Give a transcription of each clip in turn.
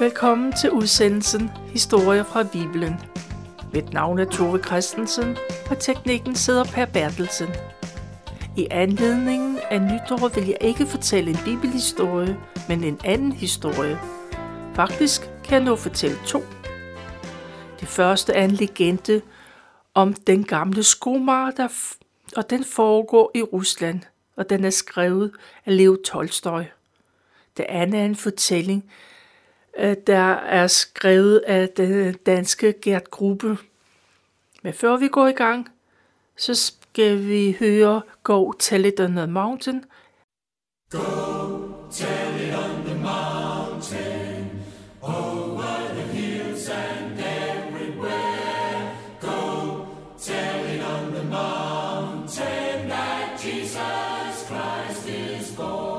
velkommen til udsendelsen Historier fra Bibelen. Mit navn er Tove Christensen, og teknikken sidder Per Bertelsen. I anledningen af nytår vil jeg ikke fortælle en bibelhistorie, men en anden historie. Faktisk kan jeg nu fortælle to. Det første er en legende om den gamle skomager, og den foregår i Rusland, og den er skrevet af Leo Tolstoj. Det andet er en fortælling, der er skrevet af den danske Gert Grubbe. Men før vi går i gang, så skal vi høre Go Tell It on the Mountain. Go tell it on the mountain, over the hills and everywhere. Go tell it on the mountain that Jesus Christ is born.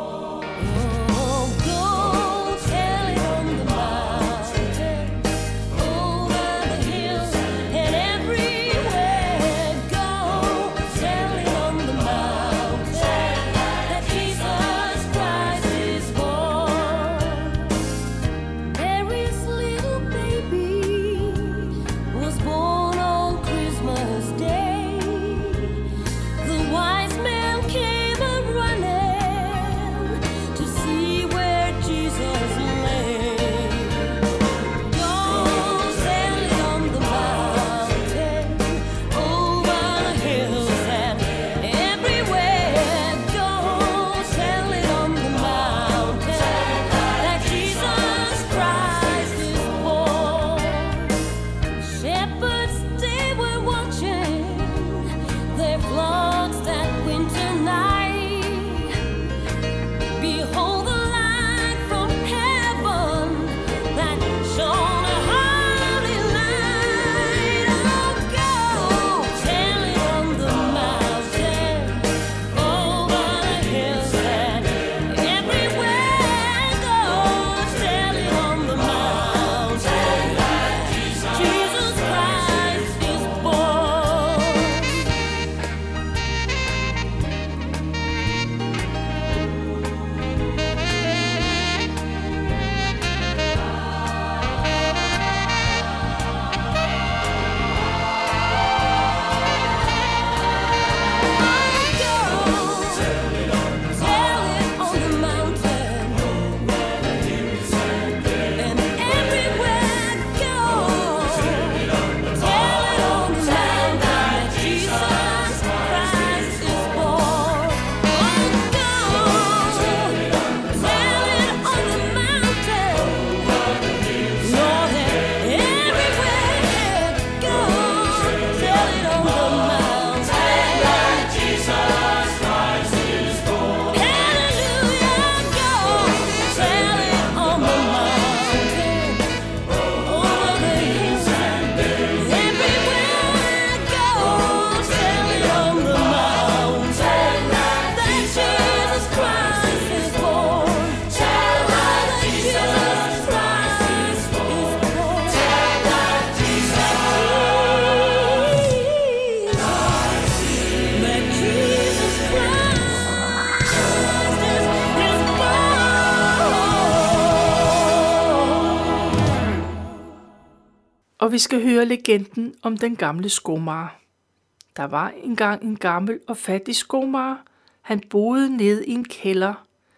Og vi skal høre legenden om den gamle skomager. Der var engang en gammel og fattig skomager. Han boede nede i en kælder.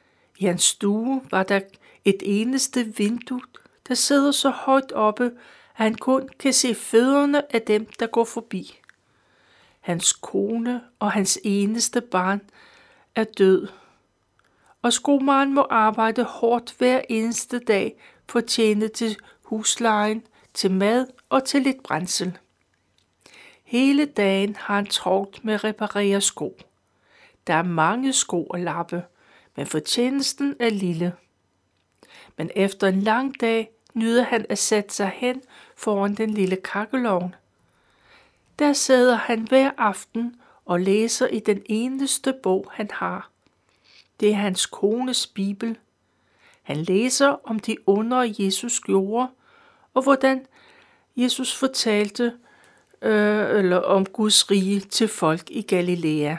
I hans stue var der et eneste vindue, der sidder så højt oppe, at han kun kan se fødderne af dem, der går forbi. Hans kone og hans eneste barn er død, og skomageren må arbejde hårdt hver eneste dag for at tjene til huslejen, til mad og til lidt brændsel. Hele dagen har han travlt med at reparere sko. Der er mange sko at lappe, men fortjenesten er lille. Men efter en lang dag nyder han at sætte sig hen foran den lille kakkelovn. Der sidder han hver aften og læser i den eneste bog, han har. Det er hans kones bibel. Han læser om de under Jesus gjorde, og hvordan Jesus fortalte om Guds rige til folk i Galilea.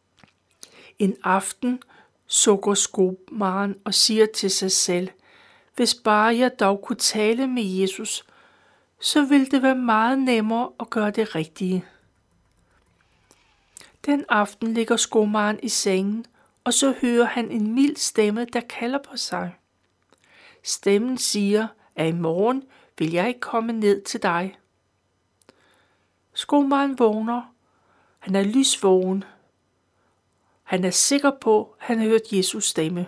En aften sukker skomageren og siger til sig selv, hvis bare jeg dog kunne tale med Jesus, så ville det være meget nemmere at gøre det rigtige. Den aften ligger skomageren i sengen, og så hører han en mild stemme, der kalder på sig. Stemmen siger, at i morgen vil jeg ikke komme ned til dig. Skomageren vågner. Han er lysvågen. Han er sikker på, at han har hørt Jesus stemme.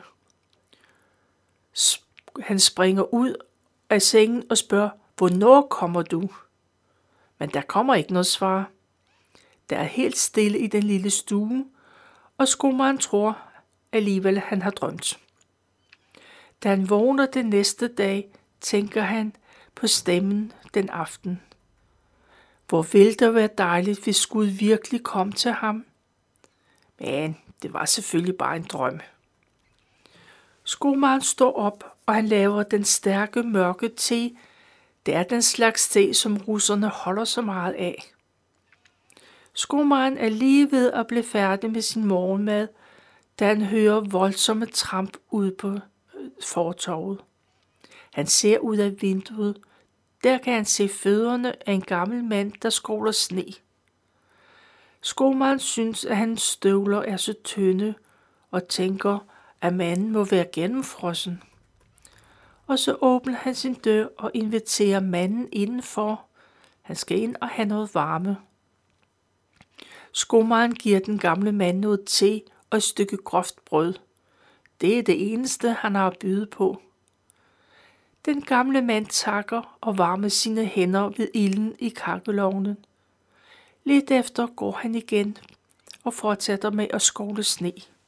Han springer ud af sengen og spørger, hvornår kommer du? Men der kommer ikke noget svar. Der er helt stille i den lille stue, og skomageren tror alligevel, han har drømt. Da han vågner den næste dag, tænker han på stemmen den aften. Hvor ville det være dejligt, hvis Gud virkelig kom til ham? Men det var selvfølgelig bare en drøm. Skomageren står op, og han laver den stærke, mørke te. Det er den slags te, som russerne holder så meget af. Skomageren er lige ved at blive færdig med sin morgenmad, da han hører voldsomme tramp ude på fortovet. Han ser ud af vinduet. Der kan han se fødderne af en gammel mand, der skåler sne. Skomageren synes, at hans støvler er så tynde, og tænker, at manden må være gennemfrossen. Og så åbner han sin dør og inviterer manden indenfor. Han skal ind og have noget varme. Skomageren giver den gamle mand noget te og et stykke groft brød. Det er det eneste, han har at byde på. Den gamle mand takker og varmer sine hænder ved ilden i kakkelovnen. Lidt efter går han igen og fortsætter med at skovle sne.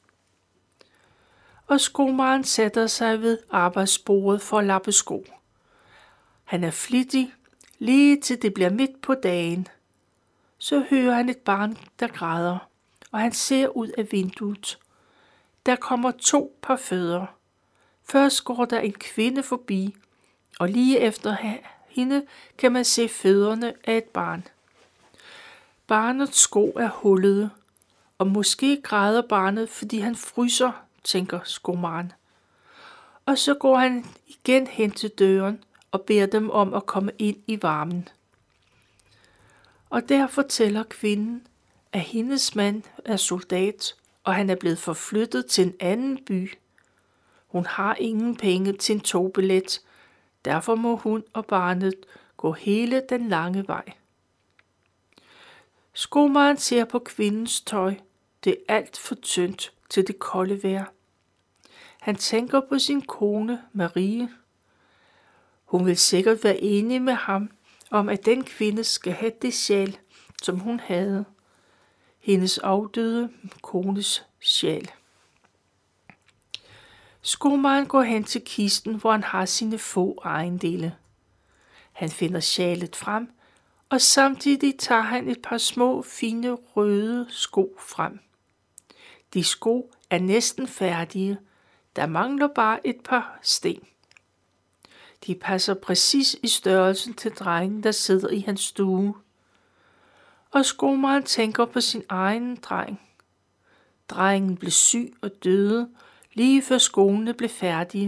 Og skomageren sætter sig ved arbejdsbordet for at lappe sko. Han er flittig, lige til det bliver midt på dagen. Så hører han et barn, der græder, og han ser ud af vinduet. Der kommer 2 par fødder. Først går der en kvinde forbi, og lige efter hende kan man se fødderne af et barn. Barnets sko er hullede, og måske græder barnet, fordi han fryser, tænker skomageren. Og så går han igen hen til døren og beder dem om at komme ind i varmen. Og der fortæller kvinden, at hendes mand er soldat, og han er blevet forflyttet til en anden by. Hun har ingen penge til en togbillet, derfor må hun og barnet gå hele den lange vej. Skomageren ser på kvindens tøj. Det er alt for tyndt til det kolde vejr. Han tænker på sin kone, Marie. Hun vil sikkert være enig med ham om, at den kvinde skal have det sjæl, som hun havde. Hendes afdøde kones sjæl. Skomageren går hen til kisten, hvor han har sine få ejendele. Han finder sjælet frem, og samtidig tager han et par små, fine, røde sko frem. De sko er næsten færdige. Der mangler bare et par sten. De passer præcis i størrelsen til drengen, der sidder i hans stue. Og skomageren tænker på sin egen dreng. Drengen blev syg og døde, lige før skoene blev færdige.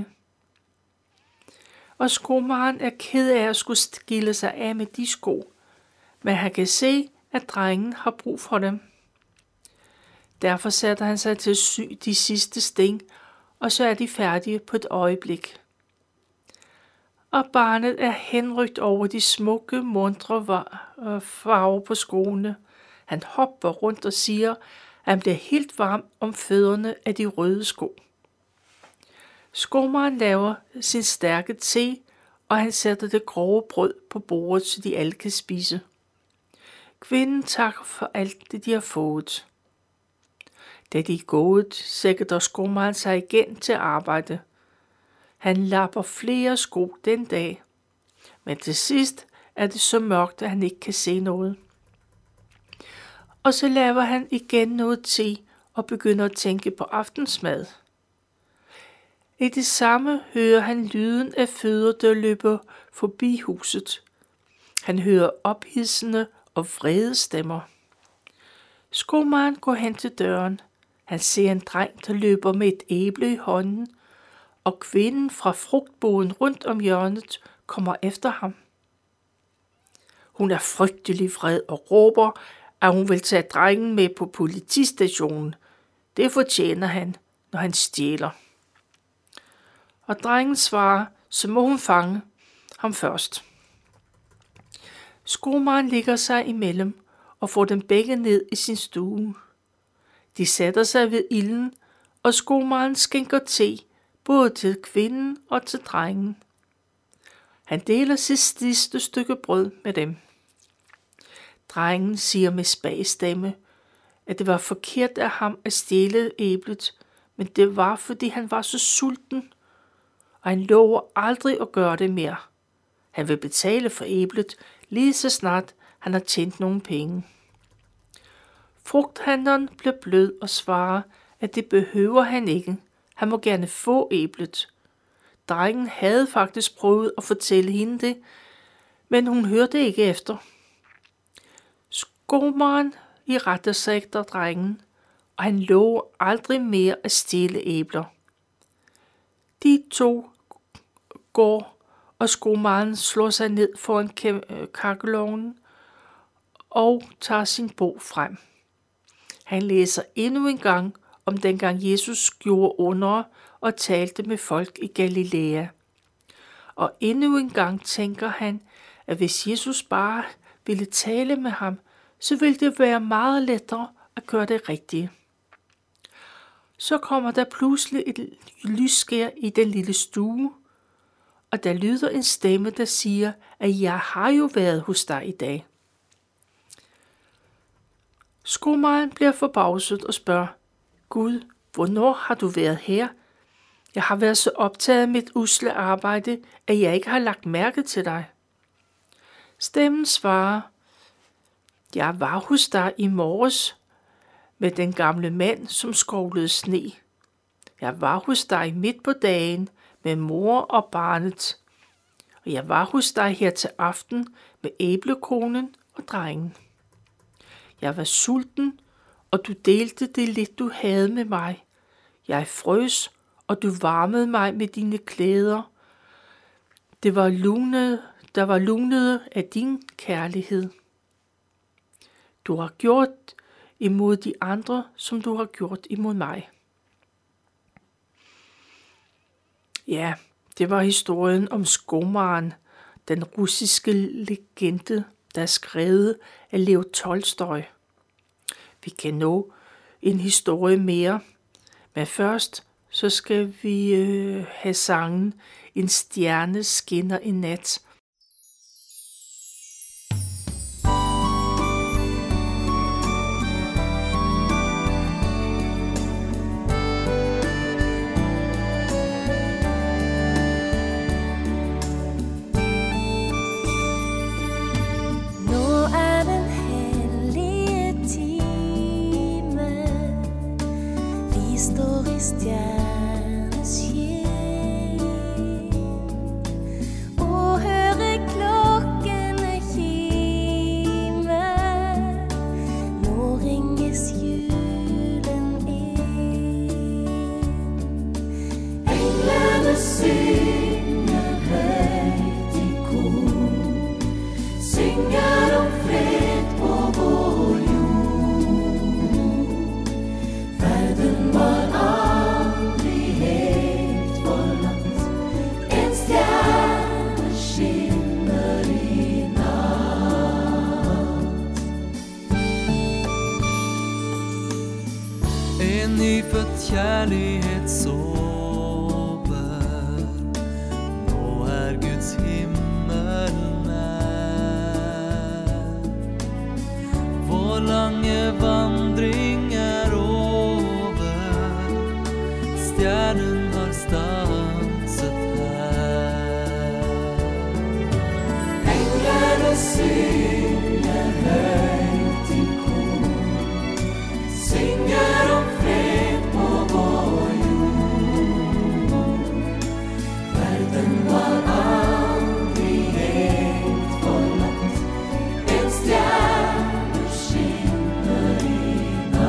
Og skomageren er ked af at skulle skille sig af med de sko, men han kan se, at drengen har brug for dem. Derfor sætter han sig til at sy de sidste sten, og så er de færdige på et øjeblik. Og barnet er henrygt over de smukke, muntre farver på skoene. Han hopper rundt og siger, at han bliver helt varm om fødderne af de røde sko. Skomageren laver sin stærke te, og han sætter det grove brød på bordet, så de alle kan spise. Kvinden takker for alt det, de har fået. Da de er gået, sætter skomageren sig igen til arbejde. Han lapper flere sko den dag, men til sidst er det så mørkt, at han ikke kan se noget. Og så laver han igen noget te og begynder at tænke på aftensmad. I det samme hører han lyden af fødder, der løber forbi huset. Han hører ophidsende og vrede stemmer. Skomageren går hen til døren. Han ser en dreng, der løber med et æble i hånden, og kvinden fra frugtboden rundt om hjørnet kommer efter ham. Hun er frygtelig vred og råber, at hun vil tage drengen med på politistationen. Det fortjener han, når han stjæler. Og drengen svarer, så må hun fange ham først. Skomageren ligger sig imellem og får dem begge ned i sin stue. De sætter sig ved ilden, og skomageren skænker te, både til kvinden og til drengen. Han deler sit sidste stykke brød med dem. Drengen siger med spag stemme, at det var forkert af ham at stjæle æblet, men det var, fordi han var så sulten, og han lover aldrig at gøre det mere. Han vil betale for æblet, lige så snart han har tjent nogle penge. Frugthandleren bliver blød og svarer, at det behøver han ikke. Han må gerne få æblet. Drengen havde faktisk prøvet at fortælle hende det, men hun hørte ikke efter. Skomageren irettesætter drengen, og han lover aldrig mere at stjæle æbler. De to går, og skomageren slår sig ned foran kakkelovnen og tager sin bog frem. Han læser endnu en gang om dengang Jesus gjorde under og talte med folk i Galilea. Og endnu en gang tænker han, at hvis Jesus bare ville tale med ham, så ville det være meget lettere at gøre det rigtige. Så kommer der pludselig et lysskær i den lille stue, og der lyder en stemme, der siger, at jeg har jo været hos dig i dag. Skomageren bliver forbavset og spørger, Gud, hvornår har du været her? Jeg har været så optaget af mit usle arbejde, at jeg ikke har lagt mærke til dig. Stemmen svarer, jeg var hos dig i morges med den gamle mand, som skovlede sne. Jeg var hos dig midt på dagen med mor og barnet. Og jeg var hos dig her til aften med æblekonen og drengen. Jeg var sulten, og du delte det lidt, du havde med mig. Jeg frøs, og du varmede mig med dine klæder. Der var lunede af din kærlighed. Du har gjort imod de andre, som du har gjort imod mig. Ja, det var historien om skomageren, den russiske legende, der er skrevet af Lev Tolstoj. Vi kan nå en historie mere, men først så skal vi have sangen En stjerne skinner i nat. Stjernes skin og høre klokkene kime. Nå ringes julen inn. Englene synger høyt i kor, synger om fred på vår jord. Verden var nyfødt kjærlighet sover. Nå er Guds himmel nær. Vår lange vandring er over. Stjernen har stanset her. Englene synger høyt i kor, synger om fred på vår jord. Verden var aldri helt forlatt. En stjerne skinner i natt.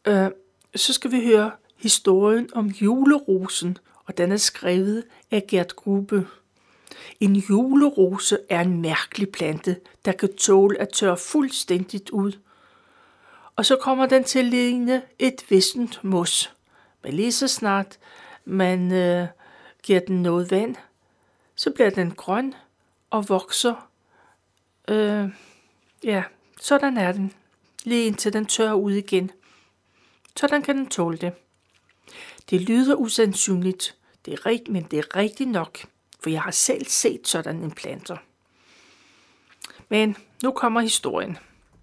Så skal vi høre historien om julerosen, og den er skrevet af Gert Grube. En julerose er en mærkelig plante, der kan tåle at tørre fuldstændigt ud. Og så kommer den til at ligne et vissent mos. Men lige så snart man giver den noget vand, så bliver den grøn og vokser. Sådan er den. Lige indtil den tørrer ud igen. Sådan kan den tåle det. Det lyder usandsynligt, men det er rigtigt nok, for jeg har selv set sådan en planter. Men nu kommer historien.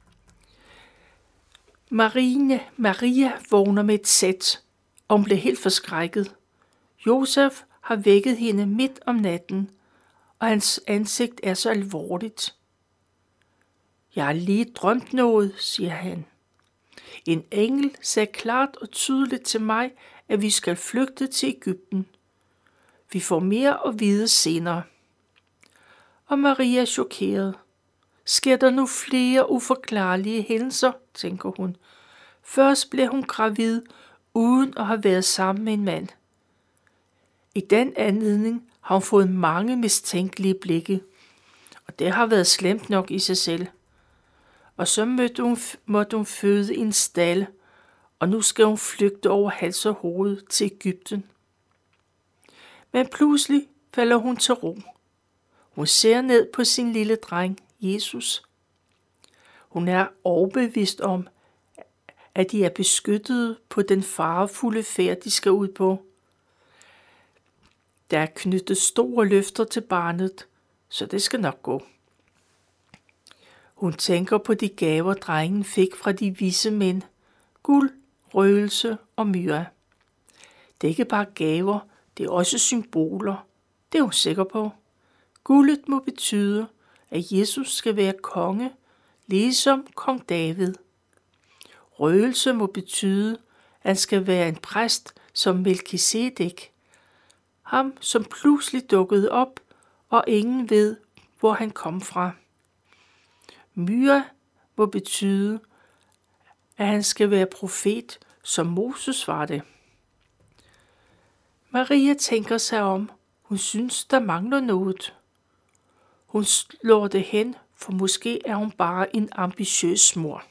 Maria vågner med et sæt, og hun bliver helt forskrækket. Josef har vækket hende midt om natten, og hans ansigt er så alvorligt. Jeg har lige drømt noget, siger han. En engel sagde klart og tydeligt til mig, at vi skal flygte til Egypten. Vi får mere at vide senere. Og Maria er chokeret. Sker der nu flere uforklarlige hændelser, tænker hun. Først blev hun gravid, uden at have været sammen med en mand. I den anledning har hun fået mange mistænkelige blikke, og det har været slemt nok i sig selv. Og så måtte hun føde i en stald, og nu skal hun flygte over hals og hoved til Egypten. Men pludselig falder hun til ro. Hun ser ned på sin lille dreng, Jesus. Hun er overbevist om, at de er beskyttet på den farefulde færd, de skal ud på. Der er knyttet store løfter til barnet, så det skal nok gå. Hun tænker på de gaver, drengen fik fra de vise mænd. Guld, røgelse og myre. Det er ikke bare gaver, det er også symboler. Det er hun sikker på. Guldet må betyde, at Jesus skal være konge, ligesom kong David. Røgelse må betyde, at han skal være en præst som Melkisedek. Ham, som pludselig dukkede op, og ingen ved, hvor han kom fra. Myre må betyde, at han skal være profet, som Moses var det. Maria tænker sig om. Hun synes, der mangler noget. Hun slår det hen, for måske er hun bare en ambitiøs mor.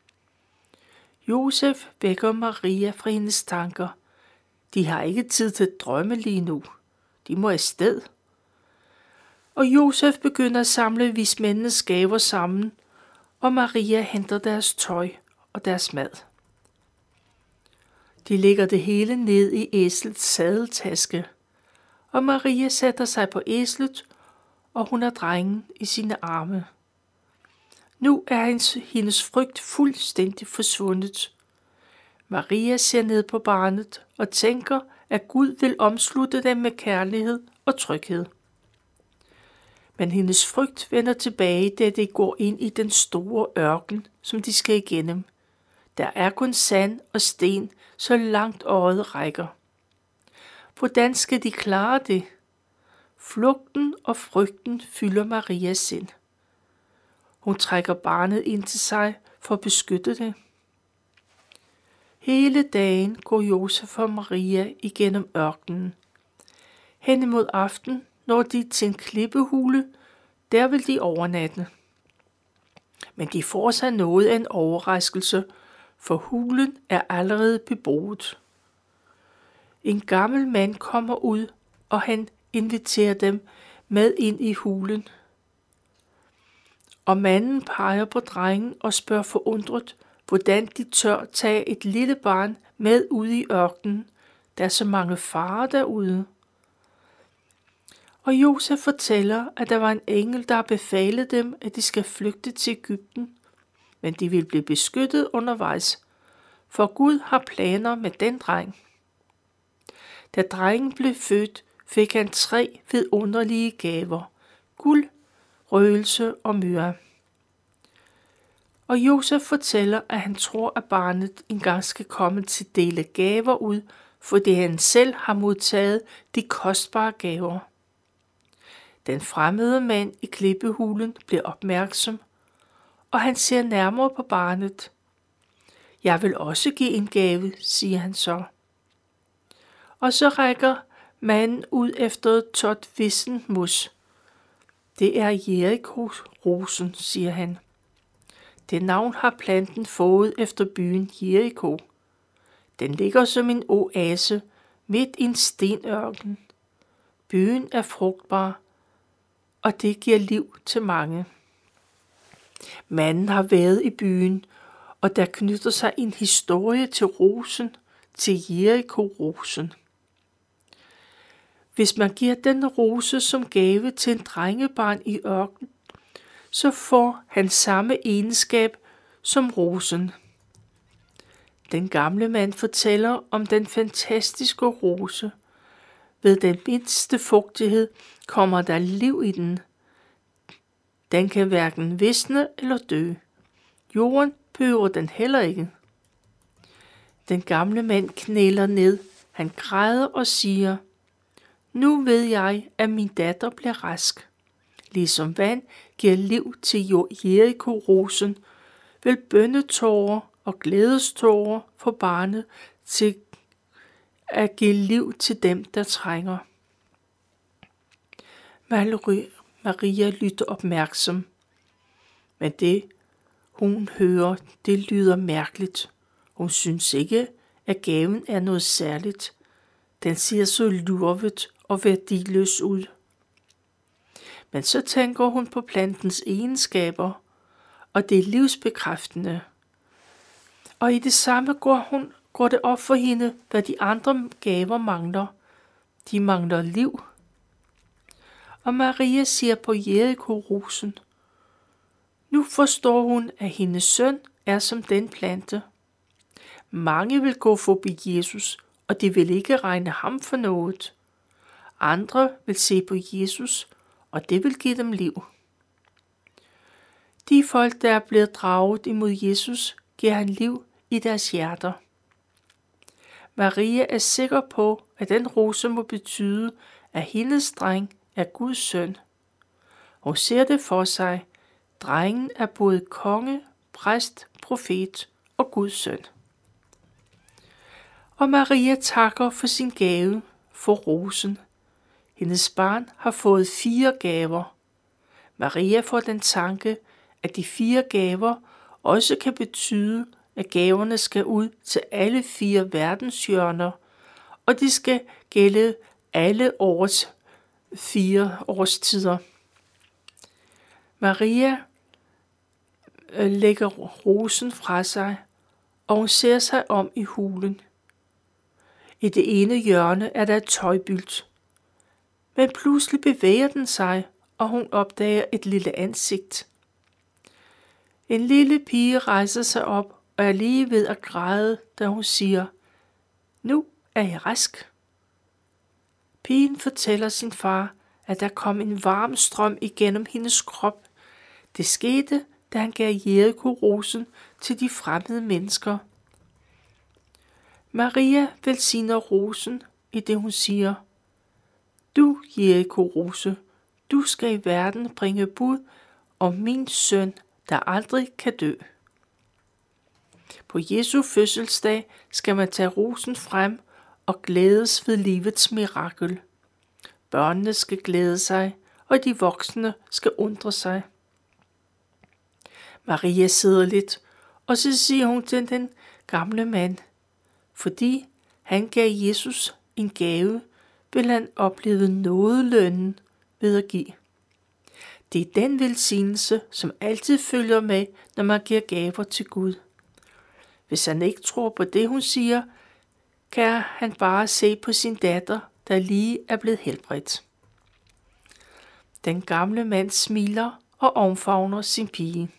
Josef vækker Maria fra hendes tanker. De har ikke tid til at drømme lige nu. De må afsted. Og Josef begynder at samle vismændenes gaver sammen, og Maria henter deres tøj og deres mad. De lægger det hele ned i æslets sadeltaske, og Maria sætter sig på æslet, og hun har drengen i sine arme. Nu er hendes frygt fuldstændig forsvundet. Maria ser ned på barnet og tænker, at Gud vil omslutte dem med kærlighed og tryghed. Men hendes frygt vender tilbage, da de går ind i den store ørken, som de skal igennem. Der er kun sand og sten, så langt øjet rækker. Hvordan skal de klare det? Flugten og frygten fylder Marias sind. Hun trækker barnet ind til sig for at beskytte det. Hele dagen går Josef og Maria igennem ørkenen. Hen imod aften når de til en klippehule, der vil de overnatte. Men de får sig noget af en overraskelse, for hulen er allerede beboet. En gammel mand kommer ud, og han inviterer dem med ind i hulen. Og manden peger på drengen og spørger forundret, hvordan de tør tage et lille barn med ud i ørkenen. Der er så mange farer derude. Og Josef fortæller, at der var en engel, der befalede dem, at de skal flygte til Egypten, men de vil blive beskyttet undervejs, for Gud har planer med den dreng. Da drengen blev født, fik han 3 vidunderlige gaver: guld, røgelse og myre. Og Josef fortæller, at han tror, at barnet engang skal komme til at dele gaver ud, fordi han selv har modtaget de kostbare gaver. Den fremmede mand i klippehulen bliver opmærksom, og han ser nærmere på barnet. Jeg vil også give en gave, siger han så. Og så rækker manden ud efter et tot vissen mus. Det er Jeriko-rosen, siger han. Det navn har planten fået efter byen Jeriko. Den ligger som en oase midt i en stenørken. Byen er frugtbar, og det giver liv til mange. Manden har været i byen, og der knytter sig en historie til rosen, til Jeriko-rosen. Hvis man giver den rose som gave til en drengebarn i ørkenen, så får han samme egenskab som rosen. Den gamle mand fortæller om den fantastiske rose. Ved den mindste fugtighed kommer der liv i den. Den kan hverken visne eller dø. Jorden behøver den heller ikke. Den gamle mand knæler ned. Han græder og siger, nu ved jeg, at min datter bliver rask. Ligesom vand giver liv til Jeriko-rosen, vil bønnetårer og glædestårer få barnet til at give liv til dem, der trænger. Maria lytter opmærksom, men det, hun hører, det lyder mærkeligt. Hun synes ikke, at gaven er noget særligt. Den ser så lurvet og værdiløs ud. Men så tænker hun på plantens egenskaber, og det er livsbekræftende. Og i det samme går det op for hende, hvad de andre gaver mangler. De mangler liv. Og Maria siger på Jeriko-rosen, nu forstår hun, at hendes søn er som den plante. Mange vil gå forbi Jesus, og de vil ikke regne ham for noget. Andre vil se på Jesus, og det vil give dem liv. De folk, der er blevet draget imod Jesus, giver han liv i deres hjerter. Maria er sikker på, at den rose må betyde, at hendes dreng er Guds søn. Hun ser det for sig. Drengen er både konge, præst, profet og Guds søn. Og Maria takker for sin gave, for rosen. Hendes barn har fået 4 gaver. Maria får den tanke, at de 4 gaver også kan betyde, at gaverne skal ud til alle 4 verdenshjørner, og de skal gælde alle 4 årstider. Maria lægger rosen fra sig, og hun ser sig om i hulen. I det ene hjørne er der et tøjbylt, men pludselig bevæger den sig, og hun opdager et lille ansigt. En lille pige rejser sig op og er lige ved at græde, da hun siger, nu er jeg rask. Pigen fortæller sin far, at der kom en varm strøm igennem hendes krop. Det skete, da han gav Jeriko-rosen til de fremmede mennesker. Maria velsigner rosen, i det hun siger, du, Jeriko-rose, du skal i verden bringe bud om min søn, der aldrig kan dø. På Jesu fødselsdag skal man tage rosen frem og glædes ved livets mirakel. Børnene skal glæde sig, og de voksne skal undre sig. Maria sidder lidt, og så siger hun til den gamle mand, fordi han gav Jesus en gave, vil han opleve nådelønnen ved at give. Det er den velsignelse, som altid følger med, når man giver gaver til Gud. Hvis han ikke tror på det, hun siger, kan han bare se på sin datter, der lige er blevet helbredt. Den gamle mand smiler og omfavner sin pige.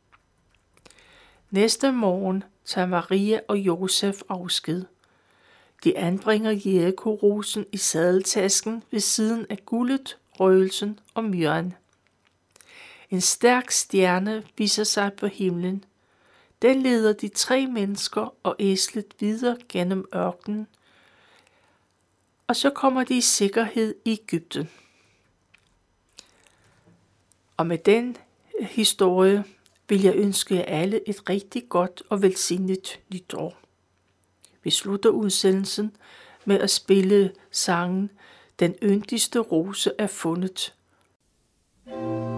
Næste morgen tager Maria og Josef afsked. De anbringer Jeriko-rosen i sadeltasken ved siden af guldet, røgelsen og myren. En stærk stjerne viser sig på himlen. Den leder de 3 mennesker og æslet videre gennem ørkenen, og så kommer de i sikkerhed i Egypten. Og med den historie vil jeg ønske jer alle et rigtig godt og velsignet nytår. Vi slutter udsendelsen med at spille sangen Den yndigste rose er fundet.